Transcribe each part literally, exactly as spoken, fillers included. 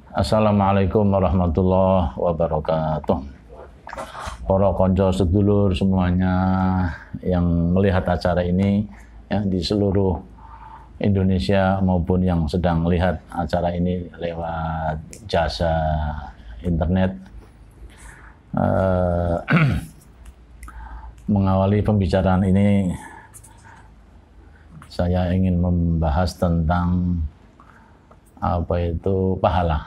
Assalamualaikum warahmatullahi wabarakatuh. Para konco sedulur semuanya yang melihat acara ini ya, di seluruh Indonesia maupun yang sedang melihat acara ini lewat jasa internet. Uh, mengawali pembicaraan ini, saya ingin membahas tentang apa itu pahala.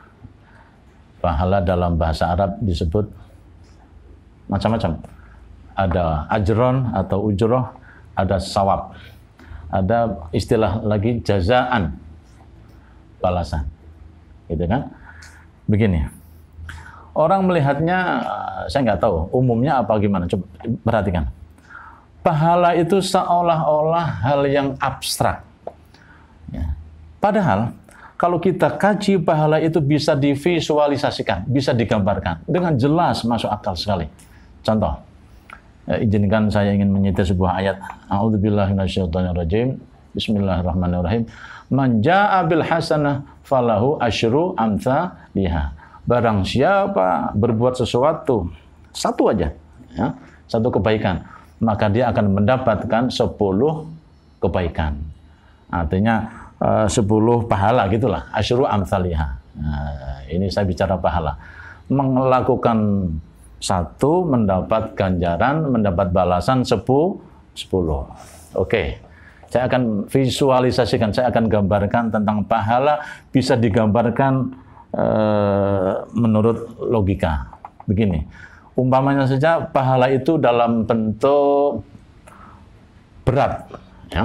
Pahala dalam bahasa Arab disebut macam-macam. Ada ajron atau ujroh, ada sawab, ada istilah lagi jazaan, balasan. Gitu kan? Begini, orang melihatnya, saya nggak tahu umumnya apa gimana. Coba perhatikan. Pahala itu seolah-olah hal yang abstrak. Ya. Padahal kalau kita kaji, pahala itu bisa divisualisasikan, bisa digambarkan dengan jelas, masuk akal sekali. Contoh, ya, izinkan saya ingin menyetir sebuah ayat. A'udzubillahi minasyaitonirrajim. Bismillahirrahmanirrahim. Man jaa'a bil hasanah falahu asyru amsalihha. Barang siapa berbuat sesuatu, satu aja, ya, satu kebaikan, maka dia akan mendapatkan sepuluh kebaikan. Artinya Uh, sepuluh pahala gitulah, asyru amsalihha. Nah, ini saya bicara pahala. Melakukan satu mendapat ganjaran, mendapat balasan sepuluh. sepuluh. Oke. Saya akan visualisasikan, saya akan gambarkan tentang pahala bisa digambarkan uh, menurut logika. Begini. Umpamanya saja pahala itu dalam bentuk berat, ya.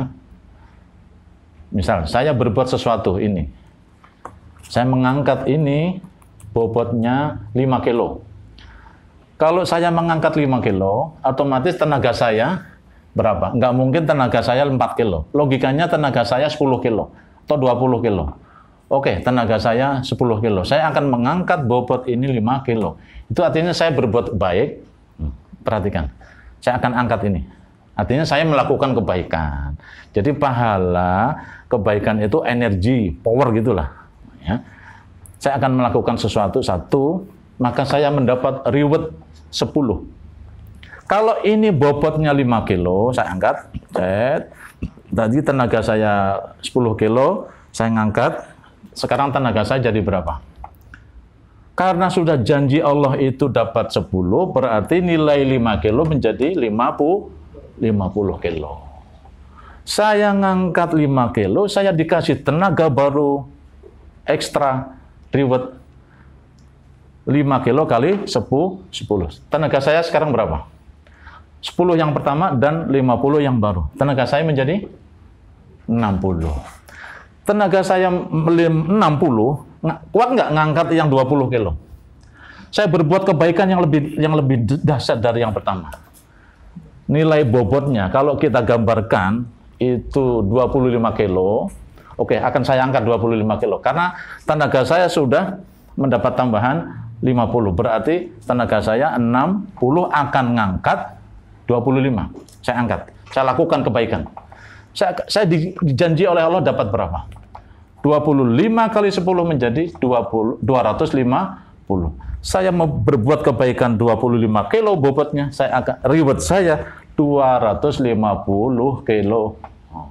Misal, saya berbuat sesuatu ini. Saya mengangkat ini, bobotnya lima kilo. Kalau saya mengangkat lima kilo, otomatis tenaga saya berapa? Nggak mungkin tenaga saya empat kilo. Logikanya tenaga saya sepuluh kilo atau dua puluh kilo. Oke, tenaga saya sepuluh kilo. Saya akan mengangkat bobot ini lima kilo. Itu artinya saya berbuat baik. Perhatikan, saya akan angkat ini. Artinya saya melakukan kebaikan. Jadi pahala, kebaikan itu energi, power gitulah. Ya. Saya akan melakukan sesuatu satu, maka saya mendapat reward sepuluh. Kalau ini bobotnya lima kilo, saya angkat. Cet. Tadi tenaga saya sepuluh kilo, saya ngangkat. Sekarang tenaga saya jadi berapa? Karena sudah janji Allah itu dapat sepuluh, berarti nilai lima kilo menjadi lima puluh. lima puluh kilo. Saya ngangkat lima kilo, saya dikasih tenaga baru ekstra reward lima kilo kali sepuluh, sepuluh. Tenaga saya sekarang berapa? sepuluh yang pertama dan lima puluh yang baru. Tenaga saya menjadi enam puluh. Tenaga saya enam puluh, kuat nggak ngangkat yang dua puluh kilo? Saya berbuat kebaikan yang lebih yang lebih dahsyat dari yang pertama. Nilai bobotnya, kalau kita gambarkan, itu dua puluh lima kilo. Oke, akan saya angkat dua puluh lima kilo. Karena tenaga saya sudah mendapat tambahan lima puluh. Berarti tenaga saya enam puluh akan ngangkat dua puluh lima. Saya angkat. Saya lakukan kebaikan. Saya, saya dijanji oleh Allah dapat berapa? dua puluh lima kali sepuluh menjadi dua puluh, dua ratus lima puluh. Saya mau berbuat kebaikan dua puluh lima kilo bobotnya, saya akan reward saya dua ratus lima puluh kilo. Oh.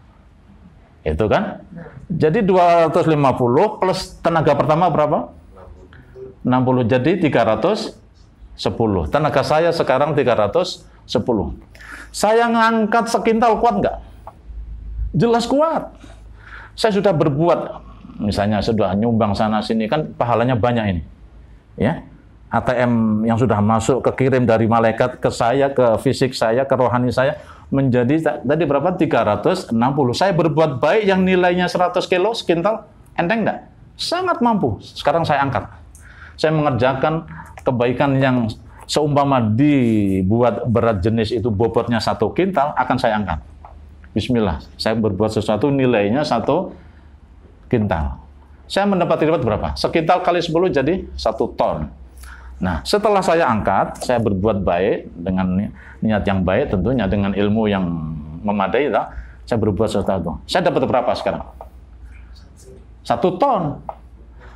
Itu kan? Jadi dua ratus lima puluh plus tenaga pertama berapa? enam puluh, jadi tiga ratus sepuluh. Tenaga saya sekarang tiga ratus sepuluh. Saya ngangkat sekintal, kuat nggak? Jelas kuat. Saya sudah berbuat, misalnya sudah nyumbang sana sini, kan pahalanya banyak ini. Ya, A T M yang sudah masuk kekirim dari malaikat ke saya, ke fisik saya, ke rohani saya menjadi tadi berapa? tiga ratus enam puluh. Saya berbuat baik yang nilainya seratus kilo sekintal, enteng enggak? Sangat mampu. Sekarang saya angkat. Saya mengerjakan kebaikan yang seumpama dibuat berat jenis itu bobotnya satu kintal, akan saya angkat. Bismillah, saya berbuat sesuatu nilainya satu kintal. Saya mendapat reward berapa? Sekintal kali sepuluh jadi satu ton. Nah, setelah saya angkat, saya berbuat baik dengan niat yang baik, tentunya dengan ilmu yang memadai, lah, saya berbuat sesuatu. Saya dapat berapa sekarang? Satu ton.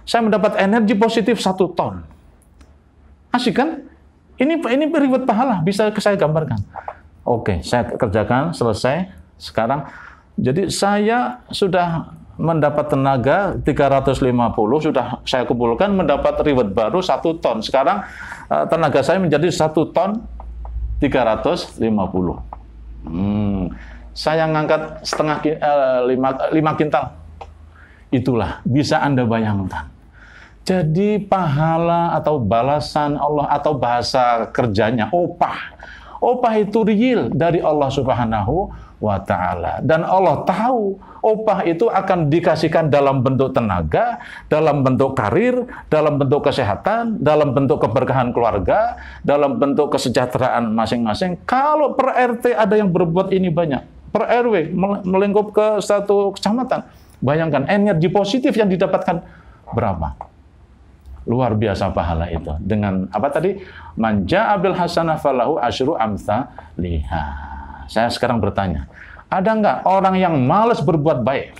saya mendapat energi positif satu ton. Asik kan? Ini ini reward pahala, bisa saya gambarkan. Oke, saya kerjakan, selesai. Sekarang, jadi saya sudah mendapat tenaga tiga ratus lima puluh, sudah saya kumpulkan, mendapat reward baru satu ton. Sekarang tenaga saya menjadi satu ton tiga ratus lima puluh. Hmm, saya ngangkat setengah uh, lima, lima kintal. Itulah, bisa Anda bayangkan. Jadi pahala atau balasan Allah atau bahasa kerjanya opah. Opah itu real dari Allah Subhanahu wa Ta'ala. Dan Allah tahu opah itu akan dikasihkan dalam bentuk tenaga, dalam bentuk karir, dalam bentuk kesehatan, dalam bentuk keberkahan keluarga, dalam bentuk kesejahteraan masing-masing. Kalau per R T ada yang berbuat ini banyak, per R W melingkup ke satu kecamatan, bayangkan energi positif yang didapatkan berapa? Luar biasa pahala itu. Dengan apa tadi? Manja abil hasanah falahu asyru amsalihha. Saya sekarang bertanya, ada nggak orang yang malas berbuat baik?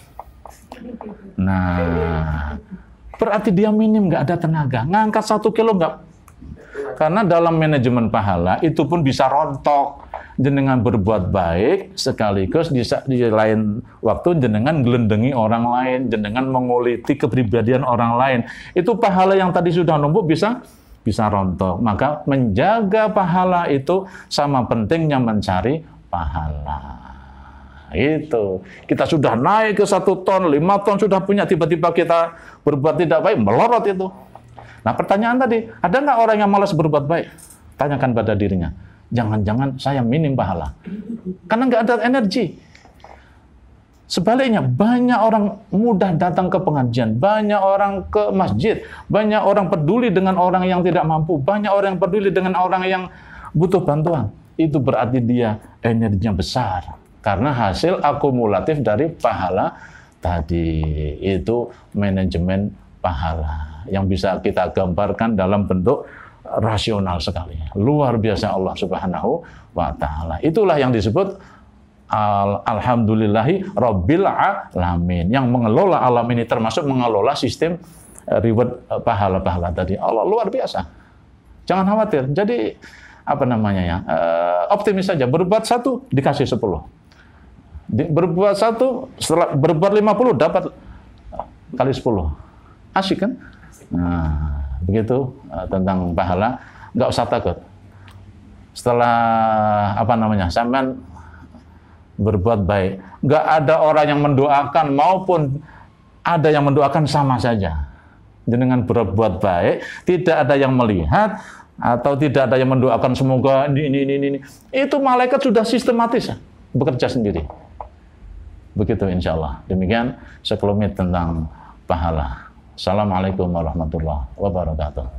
Nah, berarti dia minim, nggak ada tenaga. Ngangkat satu kilo nggak? Karena dalam manajemen pahala itu pun bisa rontok. Jenengan berbuat baik sekaligus di, di lain waktu jenengan gelendengi orang lain, jenengan menguliti kepribadian orang lain. Itu pahala yang tadi sudah numpuk bisa bisa rontok. Maka menjaga pahala itu sama pentingnya mencari pahala. Itu kita sudah naik ke satu ton, lima ton sudah punya, tiba-tiba kita berbuat tidak baik, melorot itu. Nah pertanyaan tadi, ada nggak orang yang malas berbuat baik? Tanyakan pada dirinya. Jangan-jangan saya minim pahala. Karena nggak ada energi. Sebaliknya, banyak orang mudah datang ke pengajian, banyak orang ke masjid, banyak orang peduli dengan orang yang tidak mampu, banyak orang yang peduli dengan orang yang butuh bantuan. Itu berarti dia energinya besar. Karena hasil akumulatif dari pahala tadi. Itu manajemen pahala. Yang bisa kita gambarkan dalam bentuk rasional sekali. Luar biasa Allah Subhanahu wa Ta'ala. Itulah yang disebut al alhamdulillahi rabbil alamin. Yang mengelola alam ini termasuk mengelola sistem reward pahala-pahala tadi. Allah luar biasa. Jangan khawatir. Jadi apa namanya ya? Optimis saja. Berbuat satu dikasih sepuluh. Berbuat satu setelah berbuat lima puluh dapat kali sepuluh. Asik kan? Nah, begitu uh, tentang pahala, nggak usah takut. Setelah apa namanya, sampean berbuat baik, nggak ada orang yang mendoakan maupun ada yang mendoakan, sama saja. Dengan berbuat baik, tidak ada yang melihat atau tidak ada yang mendoakan semoga ini ini ini ini. Itu malaikat sudah sistematis bekerja sendiri. Begitu insya Allah. Demikian sekelumit tentang pahala. Assalamualaikum warahmatullahi wabarakatuh.